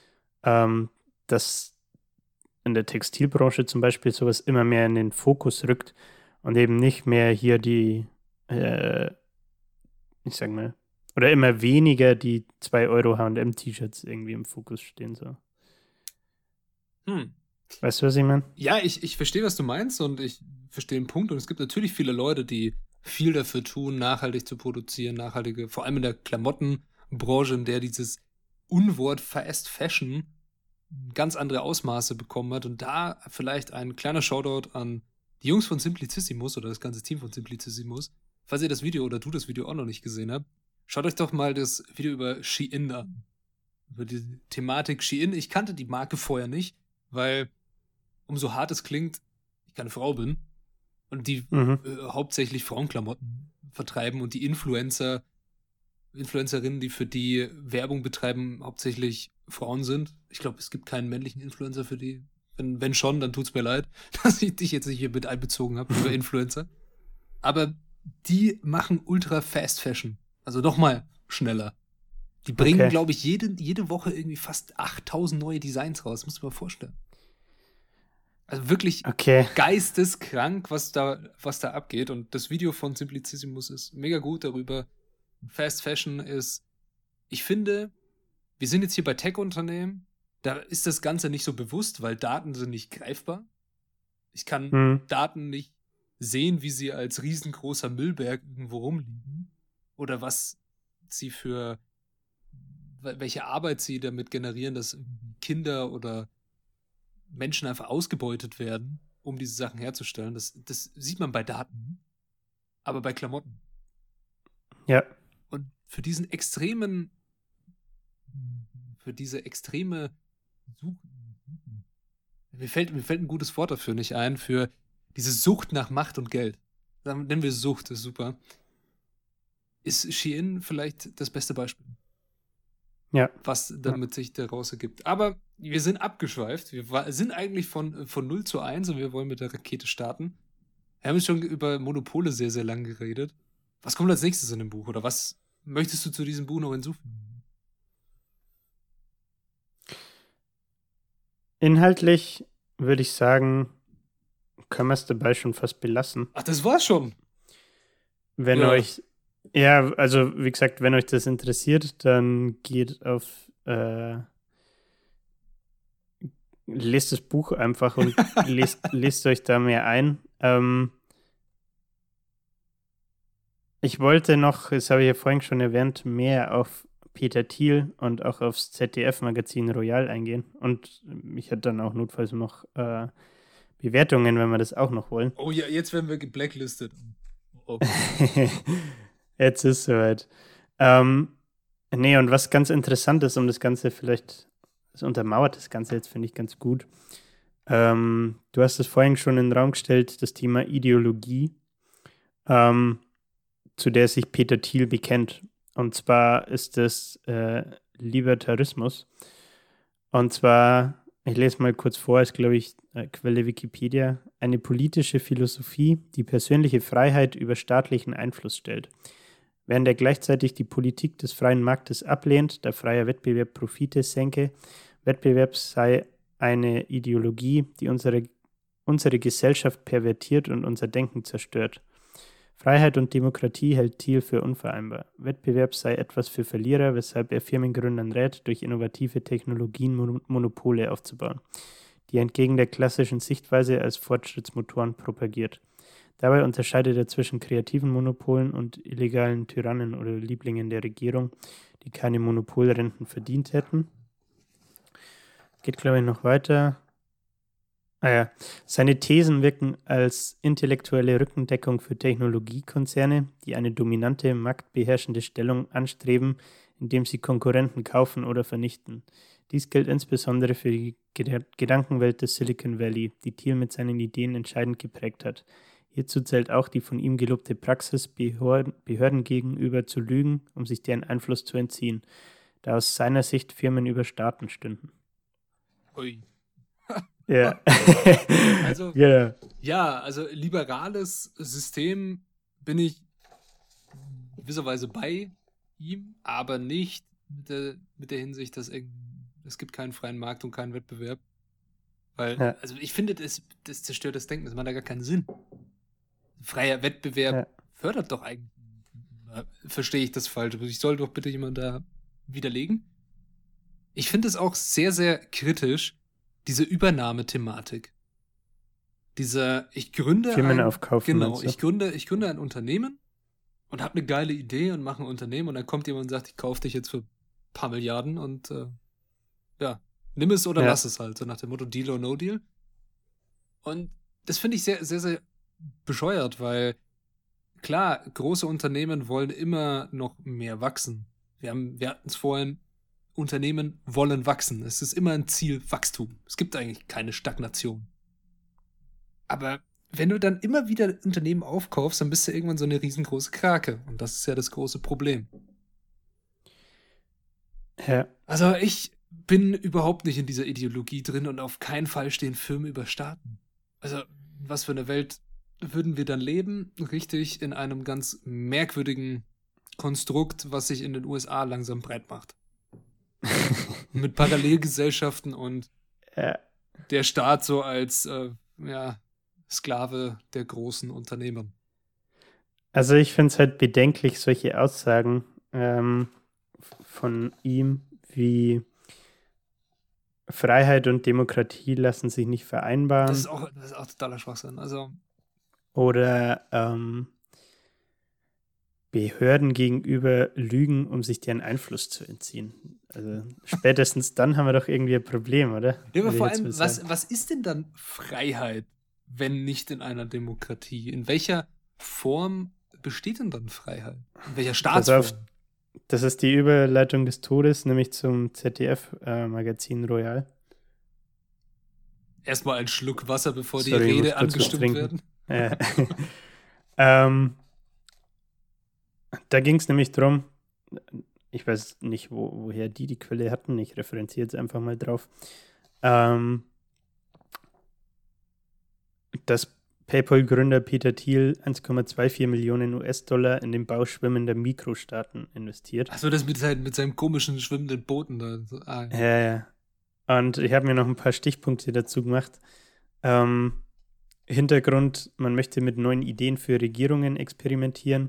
dass in der Textilbranche zum Beispiel sowas immer mehr in den Fokus rückt und eben nicht mehr hier die, äh, ich sag mal, oder immer weniger die 2 Euro H&M-T-Shirts irgendwie im Fokus stehen. So. Hm. Weißt du, was ich meine? Ja, ich verstehe, was du meinst und ich verstehe den Punkt. Und es gibt natürlich viele Leute, die viel dafür tun, nachhaltig zu produzieren, nachhaltige, vor allem in der Klamottenbranche, in der dieses Unwort Fast Fashion ganz andere Ausmaße bekommen hat. Und da vielleicht ein kleiner Shoutout an die Jungs von Simplicissimus oder das ganze Team von Simplicissimus. Falls ihr das Video oder du das Video auch noch nicht gesehen habt, schaut euch doch mal das Video über Shein an. Über die Thematik Shein. Ich kannte die Marke vorher nicht, weil umso hart es klingt, ich keine Frau bin und die Mhm. hauptsächlich Frauenklamotten vertreiben und die Influencerinnen, die für die Werbung betreiben, hauptsächlich Frauen sind. Ich glaube, es gibt keinen männlichen Influencer für die. Wenn schon, dann tut's mir leid, dass ich dich jetzt nicht hier mit einbezogen habe über Influencer. Aber die machen ultra Fast Fashion. Also nochmal schneller. Die bringen, Okay. glaube ich, jede Woche irgendwie fast 8000 neue Designs raus. Das musst du dir mal vorstellen. Also wirklich Okay. geisteskrank, was da abgeht. Und das Video von Simplicissimus ist mega gut darüber. Fast Fashion ist, ich finde, wir sind jetzt hier bei Tech-Unternehmen, da ist das Ganze nicht so bewusst, weil Daten sind nicht greifbar. Ich kann Hm. Daten nicht sehen, wie sie als riesengroßer Müllberg irgendwo rumliegen. Oder welche Arbeit sie damit generieren, dass irgendwie Kinder oder Menschen einfach ausgebeutet werden, um diese Sachen herzustellen. Das sieht man bei Daten, aber bei Klamotten. Ja. Und für diese extreme Suche, mir fällt ein gutes Wort dafür nicht ein, für diese Sucht nach Macht und Geld. Nennen wir Sucht, ist super. Ist Shein vielleicht das beste Beispiel, Ja. was damit sich daraus ergibt. Aber wir sind abgeschweift. Wir sind eigentlich von 0 zu 1 und wir wollen mit der Rakete starten. Wir haben jetzt schon über Monopole sehr, sehr lang geredet. Was kommt als nächstes in dem Buch? Oder was möchtest du zu diesem Buch noch hinzufügen? Inhaltlich würde ich sagen, können wir es dabei schon fast belassen. Ach, das war's schon. Wenn Ja. euch, ja, also wie gesagt, wenn euch das interessiert, dann geht auf, lest das Buch einfach und lest euch da mehr ein. Ich wollte noch, das habe ich ja vorhin schon erwähnt, mehr auf Peter Thiel und auch aufs ZDF-Magazin Royal eingehen. Und ich hätte dann auch notfalls noch Bewertungen, wenn wir das auch noch wollen. Oh ja, jetzt werden wir geblacklistet. Oh. Jetzt ist es soweit. Nee, und was ganz interessant ist, um das Ganze vielleicht, das untermauert das Ganze jetzt, finde ich, ganz gut. Du hast es vorhin schon in den Raum gestellt, das Thema Ideologie, zu der sich Peter Thiel bekennt. Und zwar ist es Libertarismus. Und zwar, ich lese mal kurz vor, ist, glaube ich, Quelle Wikipedia, eine politische Philosophie, die persönliche Freiheit über staatlichen Einfluss stellt. Während er gleichzeitig die Politik des freien Marktes ablehnt, da freier Wettbewerb Profite senke, Wettbewerb sei eine Ideologie, die unsere Gesellschaft pervertiert und unser Denken zerstört. Freiheit und Demokratie hält Thiel für unvereinbar. Wettbewerb sei etwas für Verlierer, weshalb er Firmengründern rät, durch innovative Technologien Monopole aufzubauen, die er entgegen der klassischen Sichtweise als Fortschrittsmotoren propagiert. Dabei unterscheidet er zwischen kreativen Monopolen und illegalen Tyrannen oder Lieblingen der Regierung, die keine Monopolrenten verdient hätten. geht, glaube ich, noch weiter. Ah ja. Seine Thesen wirken als intellektuelle Rückendeckung für Technologiekonzerne, die eine dominante, marktbeherrschende Stellung anstreben, indem sie Konkurrenten kaufen oder vernichten. Dies gilt insbesondere für die Gedankenwelt des Silicon Valley, die Thiel mit seinen Ideen entscheidend geprägt hat. Hierzu zählt auch die von ihm gelobte Praxis, Behörden gegenüber zu lügen, um sich deren Einfluss zu entziehen, da aus seiner Sicht Firmen über Staaten stünden. Ui. Ja. Also, Ja. ja, also liberales System bin ich gewisserweise bei ihm, aber nicht mit der Hinsicht, dass es gibt keinen freien Markt und keinen Wettbewerb. Weil, Ja. also ich finde, das zerstört das Denken, das macht ja gar keinen Sinn. Freier Wettbewerb fördert doch eigentlich. Verstehe ich das falsch? Ich soll doch bitte jemand da widerlegen. Ich finde es auch sehr, sehr kritisch, diese Übernahmethematik. Ich gründe Firmen aufkaufen. Genau, meinst du? ich gründe ein Unternehmen und habe eine geile Idee und mache ein Unternehmen und dann kommt jemand und sagt, ich kaufe dich jetzt für ein paar Milliarden und ja, nimm es oder lass es halt, so nach dem Motto Deal or No Deal. Und das finde ich sehr, sehr, sehr bescheuert, weil klar, große Unternehmen wollen immer noch mehr wachsen. Wir hatten es vorhin, Unternehmen wollen wachsen. Es ist immer ein Ziel Wachstum. Es gibt eigentlich keine Stagnation. Aber wenn du dann immer wieder Unternehmen aufkaufst, dann bist du irgendwann so eine riesengroße Krake. Und das ist ja das große Problem. Ja. Also ich bin überhaupt nicht in dieser Ideologie drin und auf keinen Fall stehen Firmen über Staaten. Also was für eine Welt würden wir dann leben? Richtig in einem ganz merkwürdigen Konstrukt, was sich in den USA langsam breit macht. Mit Parallelgesellschaften und der Staat so als Sklave der großen Unternehmen. Also ich finde es halt bedenklich, solche Aussagen von ihm wie Freiheit und Demokratie lassen sich nicht vereinbaren. Das ist auch totaler Schwachsinn. Also oder Behörden gegenüber lügen, um sich deren Einfluss zu entziehen. Also spätestens dann haben wir doch irgendwie ein Problem, oder? Ja, aber vor allem, was ist denn dann Freiheit, wenn nicht in einer Demokratie? In welcher Form besteht denn dann Freiheit? In welcher Staatsform? Das ist die Überleitung des Todes, nämlich zum ZDF-Magazin Royal. Erstmal einen Schluck Wasser, bevor die Rede angestimmt werden. Ja. Da ging es nämlich drum, ich weiß nicht, woher die Quelle hatten, ich referenziere jetzt einfach mal drauf, dass PayPal-Gründer Peter Thiel 1,24 Millionen US-Dollar in den Bau schwimmender Mikrostaaten investiert. Achso, das mit seinem komischen schwimmenden Booten da. So, ja. Und ich habe mir noch ein paar Stichpunkte dazu gemacht. Hintergrund, man möchte mit neuen Ideen für Regierungen experimentieren.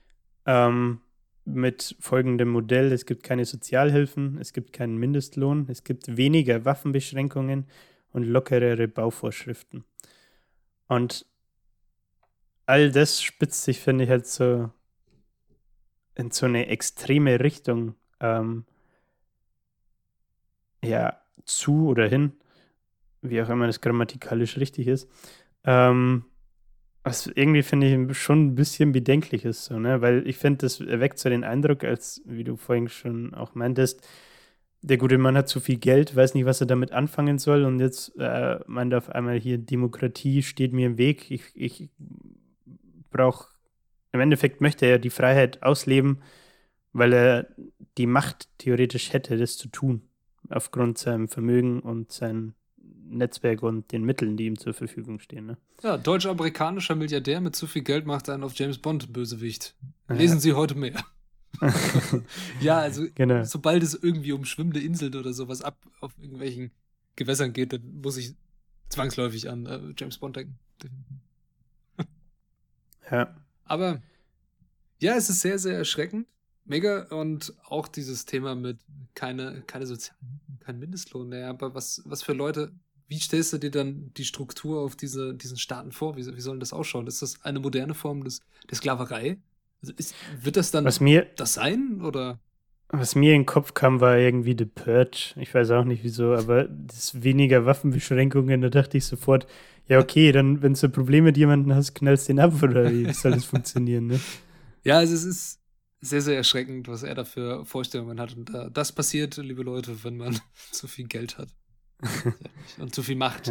Mit folgendem Modell: Es gibt keine Sozialhilfen, es gibt keinen Mindestlohn, es gibt weniger Waffenbeschränkungen und lockerere Bauvorschriften. Und all das spitzt sich, finde ich, halt so in so eine extreme Richtung zu oder hin, wie auch immer das grammatikalisch richtig ist. Was irgendwie, finde ich, schon ein bisschen bedenklich ist, so, ne? Weil ich finde, das erweckt so den Eindruck, als, wie du vorhin schon auch meintest, der gute Mann hat zu viel Geld, weiß nicht, was er damit anfangen soll und jetzt meint er auf einmal hier, Demokratie steht mir im Weg. Ich brauche, im Endeffekt möchte er die Freiheit ausleben, weil er die Macht theoretisch hätte, das zu tun, aufgrund seinem Vermögen und seinem Netzwerk und den Mitteln, die ihm zur Verfügung stehen. Ne? Ja, deutsch-amerikanischer Milliardär mit zu viel Geld macht einen auf James Bond Bösewicht. Lesen Sie heute mehr. Ja, also genau. Sobald es irgendwie um schwimmende Inseln oder sowas auf irgendwelchen Gewässern geht, dann muss ich zwangsläufig an James Bond denken. Ja. Aber ja, es ist sehr, sehr erschreckend. Mega. Und auch dieses Thema mit keine Sozialen, kein Mindestlohn. Naja, aber was für Leute, wie stellst du dir dann die Struktur auf diesen Staaten vor? Wie soll denn das ausschauen? Ist das eine moderne Form der Sklaverei? Also wird das dann das sein? Oder? Was mir in den Kopf kam, war irgendwie The Purge. Ich weiß auch nicht wieso, aber das weniger Waffenbeschränkungen, da dachte ich sofort, ja okay, dann, wenn du Probleme mit jemandem hast, knallst du den ab oder wie soll das funktionieren, ne? Ja, also es ist sehr, sehr erschreckend, was er da für Vorstellungen hat. Und das passiert, liebe Leute, wenn man zu viel Geld hat. Und zu viel Macht.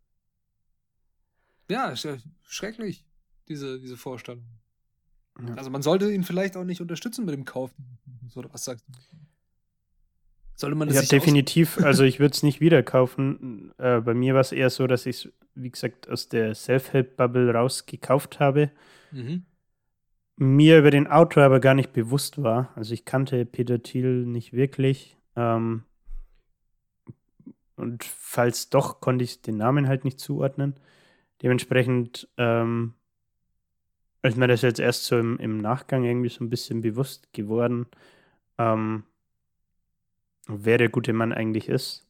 Ja, schrecklich, diese Vorstellung. Ja. Also man sollte ihn vielleicht auch nicht unterstützen mit dem Kauf. Oder was sagst du? Sollte man das Ja, sich definitiv. Also ich würde es nicht wieder kaufen. Bei mir war es eher so, dass ich es, wie gesagt, aus der Self-Help-Bubble rausgekauft habe. Mir über den Autor aber gar nicht bewusst war. Also ich kannte Peter Thiel nicht wirklich. Und falls doch, konnte ich den Namen halt nicht zuordnen. Dementsprechend ist mir das jetzt erst so im Nachgang irgendwie so ein bisschen bewusst geworden, wer der gute Mann eigentlich ist.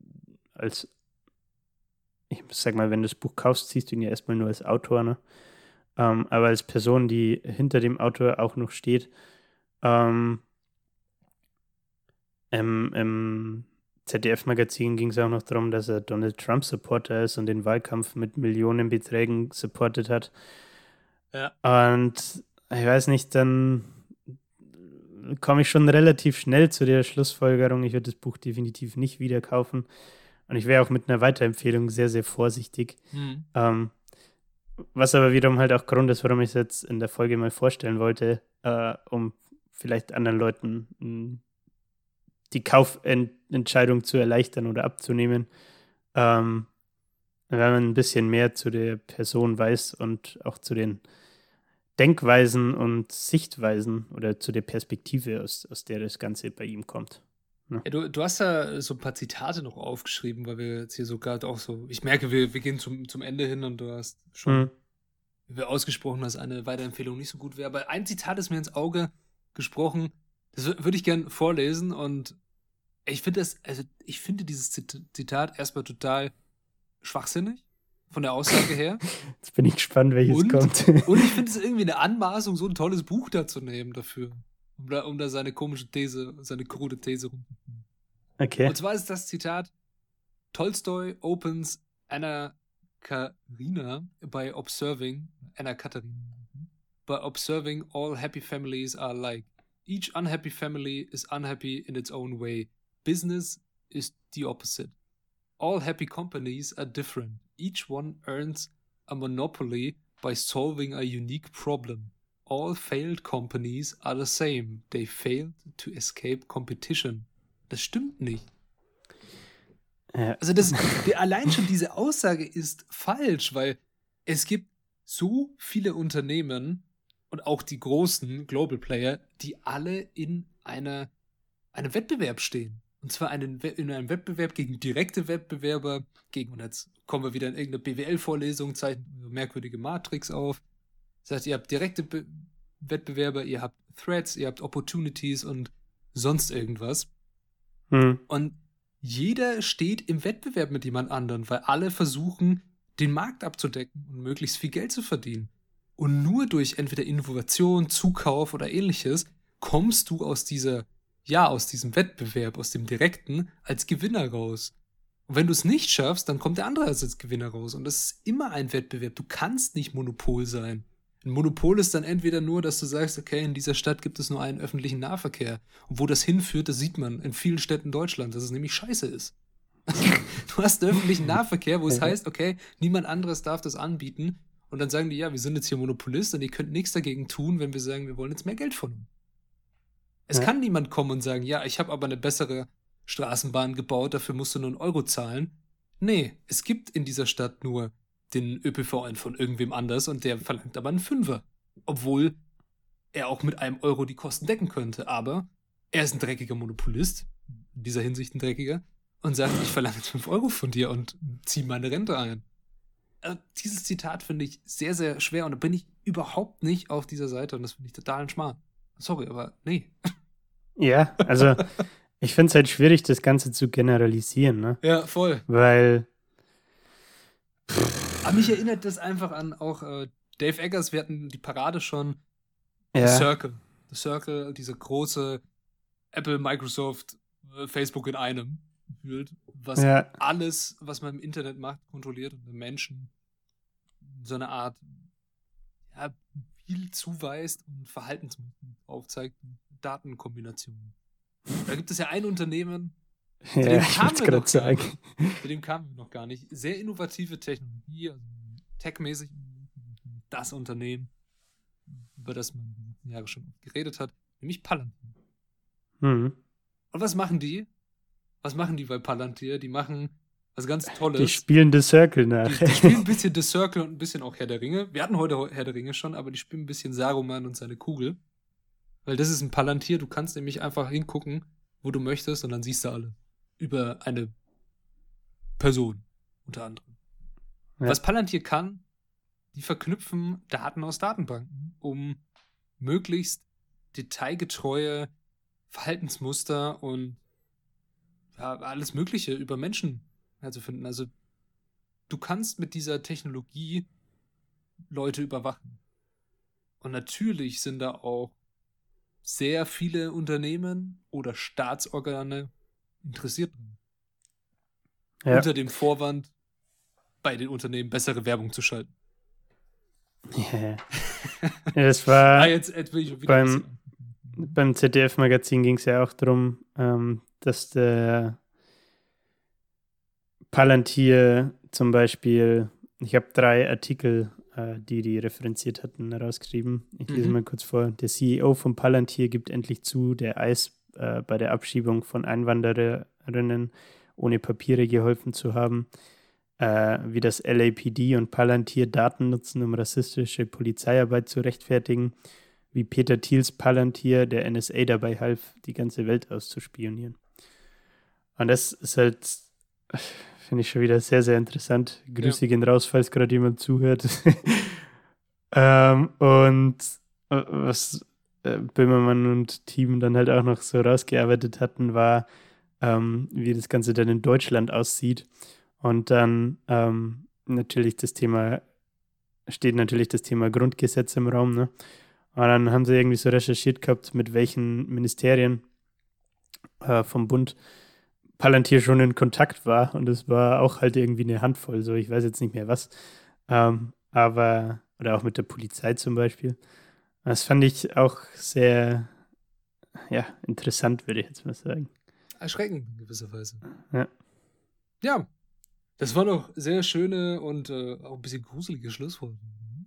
Ich sag mal, wenn du das Buch kaufst, siehst du ihn ja erstmal nur als Autor, ne? Aber als Person, die hinter dem Autor auch noch steht. Im ZDF-Magazin ging es auch noch darum, dass er Donald Trump-Supporter ist und den Wahlkampf mit Millionenbeträgen supportet hat. Ja. Und ich weiß nicht, dann komme ich schon relativ schnell zu der Schlussfolgerung, ich würde das Buch definitiv nicht wieder kaufen. Und ich wäre auch mit einer Weiterempfehlung sehr, sehr vorsichtig. Was aber wiederum halt auch Grund ist, warum ich es jetzt in der Folge mal vorstellen wollte, um vielleicht anderen Leuten die Kaufentscheidung zu erleichtern oder abzunehmen, wenn man ein bisschen mehr zu der Person weiß und auch zu den Denkweisen und Sichtweisen oder zu der Perspektive, aus der das Ganze bei ihm kommt. Ja, du hast da so ein paar Zitate noch aufgeschrieben, weil wir jetzt hier sogar auch so, ich merke, wir gehen zum Ende hin und du hast schon ausgesprochen, dass eine Weiterempfehlung nicht so gut wäre, aber ein Zitat ist mir ins Auge gesprochen, das würde ich gern vorlesen und ich finde dieses Zitat erstmal total schwachsinnig von der Aussage her. Jetzt bin ich gespannt, welches kommt. Und ich finde es irgendwie eine Anmaßung, so ein tolles Buch da zu nehmen dafür. Um da seine komische These, seine krude These rumzuführen. Okay. Und zwar ist das Zitat: Tolstoi opens Anna Katerina by observing all happy families are alike. Each unhappy family is unhappy in its own way. Business is the opposite. All happy companies are different. Each one earns a monopoly by solving a unique problem. All failed companies are the same. They failed to escape competition. Das stimmt nicht. Ja. Also allein schon diese Aussage ist falsch, weil es gibt so viele Unternehmen und auch die großen Global Player, die alle in einem Wettbewerb stehen. Und zwar in einem Wettbewerb gegen direkte Wettbewerber, und jetzt kommen wir wieder in irgendeine BWL-Vorlesung, zeichnen eine merkwürdige Matrix auf. Das heißt, ihr habt direkte Wettbewerber, ihr habt Threats, ihr habt Opportunities und sonst irgendwas. Und jeder steht im Wettbewerb mit jemand anderem, weil alle versuchen, den Markt abzudecken und möglichst viel Geld zu verdienen. Und nur durch entweder Innovation, Zukauf oder ähnliches kommst du aus diesem Wettbewerb, aus dem Direkten, als Gewinner raus. Und wenn du es nicht schaffst, dann kommt der andere als Gewinner raus. Und das ist immer ein Wettbewerb. Du kannst nicht Monopol sein. Ein Monopol ist dann entweder nur, dass du sagst, okay, in dieser Stadt gibt es nur einen öffentlichen Nahverkehr. Und wo das hinführt, das sieht man in vielen Städten Deutschlands, dass es nämlich scheiße ist. Du hast einen öffentlichen Nahverkehr, wo es heißt, okay, niemand anderes darf das anbieten. Und dann sagen die, ja, wir sind jetzt hier Monopolist und ihr könnt nichts dagegen tun, wenn wir sagen, wir wollen jetzt mehr Geld von uns. Es kann niemand kommen und sagen, ja, ich habe aber eine bessere Straßenbahn gebaut, dafür musst du nur 1 Euro zahlen. Nee, es gibt in dieser Stadt nur den ÖPV von irgendwem anders und der verlangt aber einen Fünfer. Obwohl er auch mit 1 Euro die Kosten decken könnte. Aber er ist ein dreckiger Monopolist, in dieser Hinsicht ein dreckiger, und sagt, ich verlange jetzt 5 Euro von dir und ziehe meine Rente ein. Also dieses Zitat finde ich sehr, sehr schwer und da bin ich überhaupt nicht auf dieser Seite und das finde ich total ein Schmarrn. Sorry, aber nee. Ja, also ich finde es halt schwierig, das Ganze zu generalisieren, ne? Ja, voll. Weil Aber mich erinnert das einfach an auch Dave Eggers, wir hatten die Parade schon. ja. The Circle, diese große Apple, Microsoft, Facebook in einem gefühlt, was alles, was man im Internet macht, kontrolliert und den Menschen so eine Art viel zuweist und Verhaltensmuster aufzeigt, Datenkombinationen. Da gibt es ja ein Unternehmen, zu dem kamen wir noch gar nicht. Sehr innovative Technologie, also tech-mäßig das Unternehmen, über das man in den Jahren schon geredet hat, nämlich Palantir. Mhm. Und was machen die? Was machen die bei Palantir? Die machen was ganz Tolles. Die spielen The Circle nach. Die spielen ein bisschen The Circle und ein bisschen auch Herr der Ringe. Wir hatten heute Herr der Ringe schon, aber die spielen ein bisschen Saruman und seine Kugel. Weil das ist ein Palantir. Du kannst nämlich einfach hingucken, wo du möchtest und dann siehst du alle. Über eine Person, unter anderem. Ja. Was Palantir kann, die verknüpfen Daten aus Datenbanken, um möglichst detailgetreue Verhaltensmuster und alles Mögliche über Menschen zu finden. Also du kannst mit dieser Technologie Leute überwachen. Und natürlich sind da auch sehr viele Unternehmen oder Staatsorgane interessiert drin. Ja. Unter dem Vorwand, bei den Unternehmen bessere Werbung zu schalten. Ja. Das war jetzt will ich wieder beim ZDF-Magazin ging es ja auch darum, dass der Palantir zum Beispiel, ich habe 3 Artikel, die referenziert hatten, herausgeschrieben. Ich lese mal kurz vor. Der CEO von Palantir gibt endlich zu, der ICE bei der Abschiebung von Einwandererinnen ohne Papiere geholfen zu haben. Wie das LAPD und Palantir Daten nutzen, um rassistische Polizeiarbeit zu rechtfertigen. Wie Peter Thiels Palantir der NSA dabei half, die ganze Welt auszuspionieren. Und das ist halt, finde ich schon wieder sehr, sehr interessant. Grüße gehen raus, falls gerade jemand zuhört. Und was Böhmermann und Team dann halt auch noch so rausgearbeitet hatten, war, wie das Ganze dann in Deutschland aussieht. Und dann steht natürlich das Thema Grundgesetz im Raum, ne? Und dann haben sie irgendwie so recherchiert gehabt, mit welchen Ministerien vom Bund Palantir schon in Kontakt war. Und es war auch halt irgendwie eine Handvoll, so ich weiß jetzt nicht mehr was. Oder auch mit der Polizei zum Beispiel. Das fand ich auch sehr, interessant, würde ich jetzt mal sagen. Erschreckend in gewisser Weise. Ja. Ja, das waren doch sehr schöne und auch ein bisschen gruselige Schlussworte.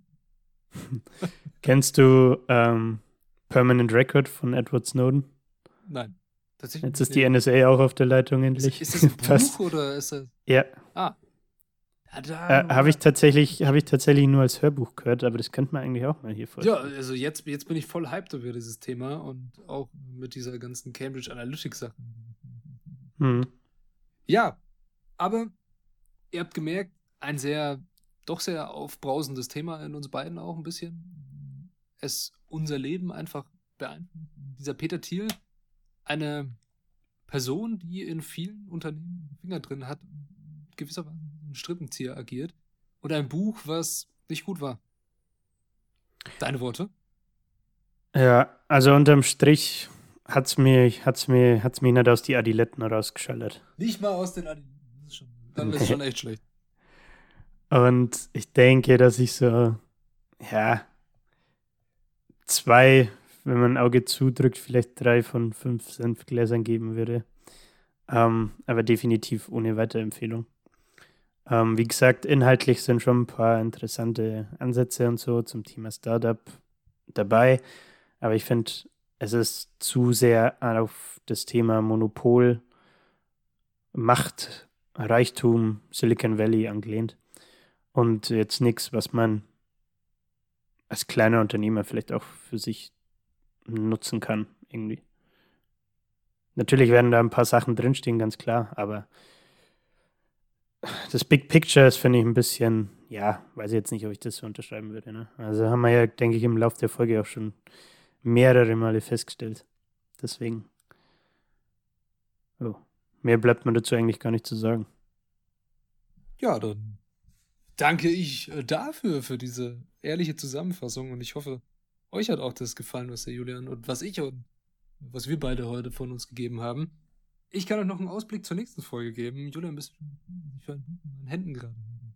Kennst du Permanent Record von Edward Snowden? Nein. Tatsächlich. Jetzt ist die NSA auch auf der Leitung endlich. Ist das ein Buch oder ist das? Ja. Ah. Habe ich tatsächlich nur als Hörbuch gehört, aber das könnte man eigentlich auch mal hier vorstellen. Ja, also jetzt bin ich voll hyped über dieses Thema und auch mit dieser ganzen Cambridge Analytics-Sachen. Ja, aber ihr habt gemerkt, ein doch sehr aufbrausendes Thema in uns beiden auch ein bisschen. Es unser Leben einfach beeinflusst. Dieser Peter Thiel, eine Person, die in vielen Unternehmen einen Finger drin hat, gewisserweise ein Strippenzieher agiert. Oder ein Buch, was nicht gut war. Deine Worte? Ja, also unterm Strich hat's mich nicht aus die Adiletten rausgeschallert. Nicht mal aus den Adiletten. Dann ist es schon echt schlecht. Und ich denke, dass ich so, 2, wenn man ein Auge zudrückt, vielleicht 3 von 5 Senfgläsern geben würde. Aber definitiv ohne Weiterempfehlung. Wie gesagt, inhaltlich sind schon ein paar interessante Ansätze und so zum Thema Startup dabei. Aber ich finde, es ist zu sehr auf das Thema Monopol, Macht, Reichtum, Silicon Valley angelehnt. Und jetzt nichts, was man als kleiner Unternehmer vielleicht auch für sich nutzen kann, irgendwie. Natürlich werden da ein paar Sachen drinstehen, ganz klar, aber das Big Picture ist, finde ich, ein bisschen, weiß ich jetzt nicht, ob ich das so unterschreiben würde. Ne? Also haben wir ja, denke ich, im Laufe der Folge auch schon mehrere Male festgestellt. Deswegen, mehr bleibt mir dazu eigentlich gar nicht zu sagen. Ja, dann danke ich dafür, für diese ehrliche Zusammenfassung und ich hoffe, euch hat auch das gefallen, was der Julian und was ich und was wir beide heute von uns gegeben haben. Ich kann euch noch einen Ausblick zur nächsten Folge geben. Julian, bist du in meinen Händen gerade?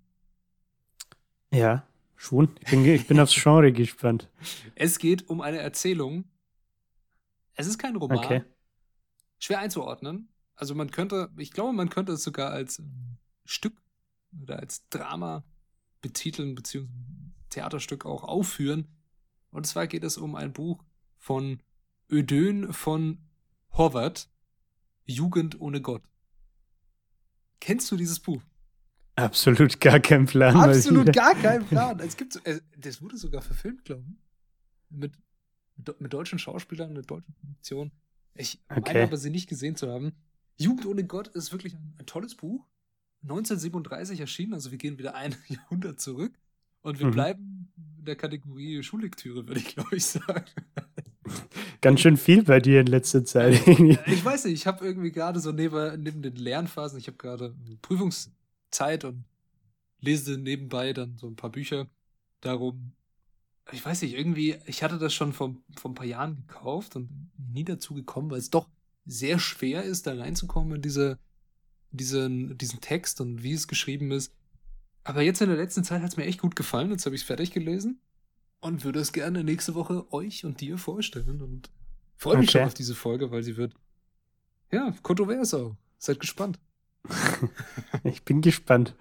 Ja, schon. Ich bin aufs Genre gespannt. Es geht um eine Erzählung. Es ist kein Roman. Okay. Schwer einzuordnen. Also ich glaube, man könnte es sogar als Stück oder als Drama betiteln, beziehungsweise Theaterstück auch aufführen. Und zwar geht es um ein Buch von Ödön von Horvath, Jugend ohne Gott. Kennst du dieses Buch? Absolut gar kein Plan. Absolut gar kein Plan. Das wurde sogar verfilmt, glaube ich. Mit deutschen Schauspielern, eine deutsche Produktion. Ich meine aber, sie nicht gesehen zu haben. Jugend ohne Gott ist wirklich ein tolles Buch. 1937 erschienen, also wir gehen wieder ein Jahrhundert zurück. Und wir bleiben in der Kategorie Schullektüre, würde ich, glaube ich, sagen. Ganz schön viel bei dir in letzter Zeit. Ich weiß nicht, ich habe irgendwie gerade so neben den Lernphasen, ich habe gerade Prüfungszeit und lese nebenbei dann so ein paar Bücher. Darum, ich weiß nicht, irgendwie, ich hatte das schon vor ein paar Jahren gekauft und nie dazu gekommen, weil es doch sehr schwer ist, da reinzukommen in diesen Text und wie es geschrieben ist. Aber jetzt in der letzten Zeit hat es mir echt gut gefallen. Jetzt habe ich es fertig gelesen und würde es gerne nächste Woche euch und dir vorstellen. Und freue mich schon auf diese Folge, weil sie wird, ja, kontrovers auch. Seid gespannt. Ich bin gespannt.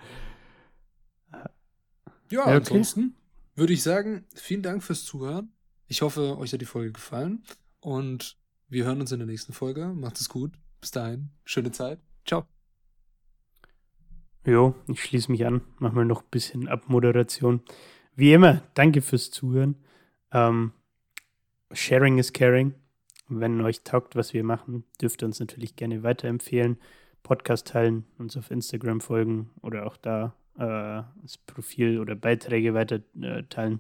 Ja, okay. Ansonsten würde ich sagen, vielen Dank fürs Zuhören. Ich hoffe, euch hat die Folge gefallen. Und wir hören uns in der nächsten Folge. Macht es gut. Bis dahin. Schöne Zeit. Ciao. Jo, ich schließe mich an. Mach mal noch ein bisschen Abmoderation. Wie immer, danke fürs Zuhören. Sharing is caring. Wenn euch taugt, was wir machen, dürft ihr uns natürlich gerne weiterempfehlen. Podcast teilen, uns auf Instagram folgen oder auch da das Profil oder Beiträge weiter teilen.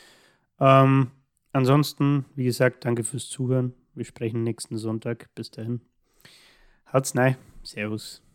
Ansonsten, wie gesagt, danke fürs Zuhören. Wir sprechen nächsten Sonntag. Bis dahin. Haut's rein. Servus.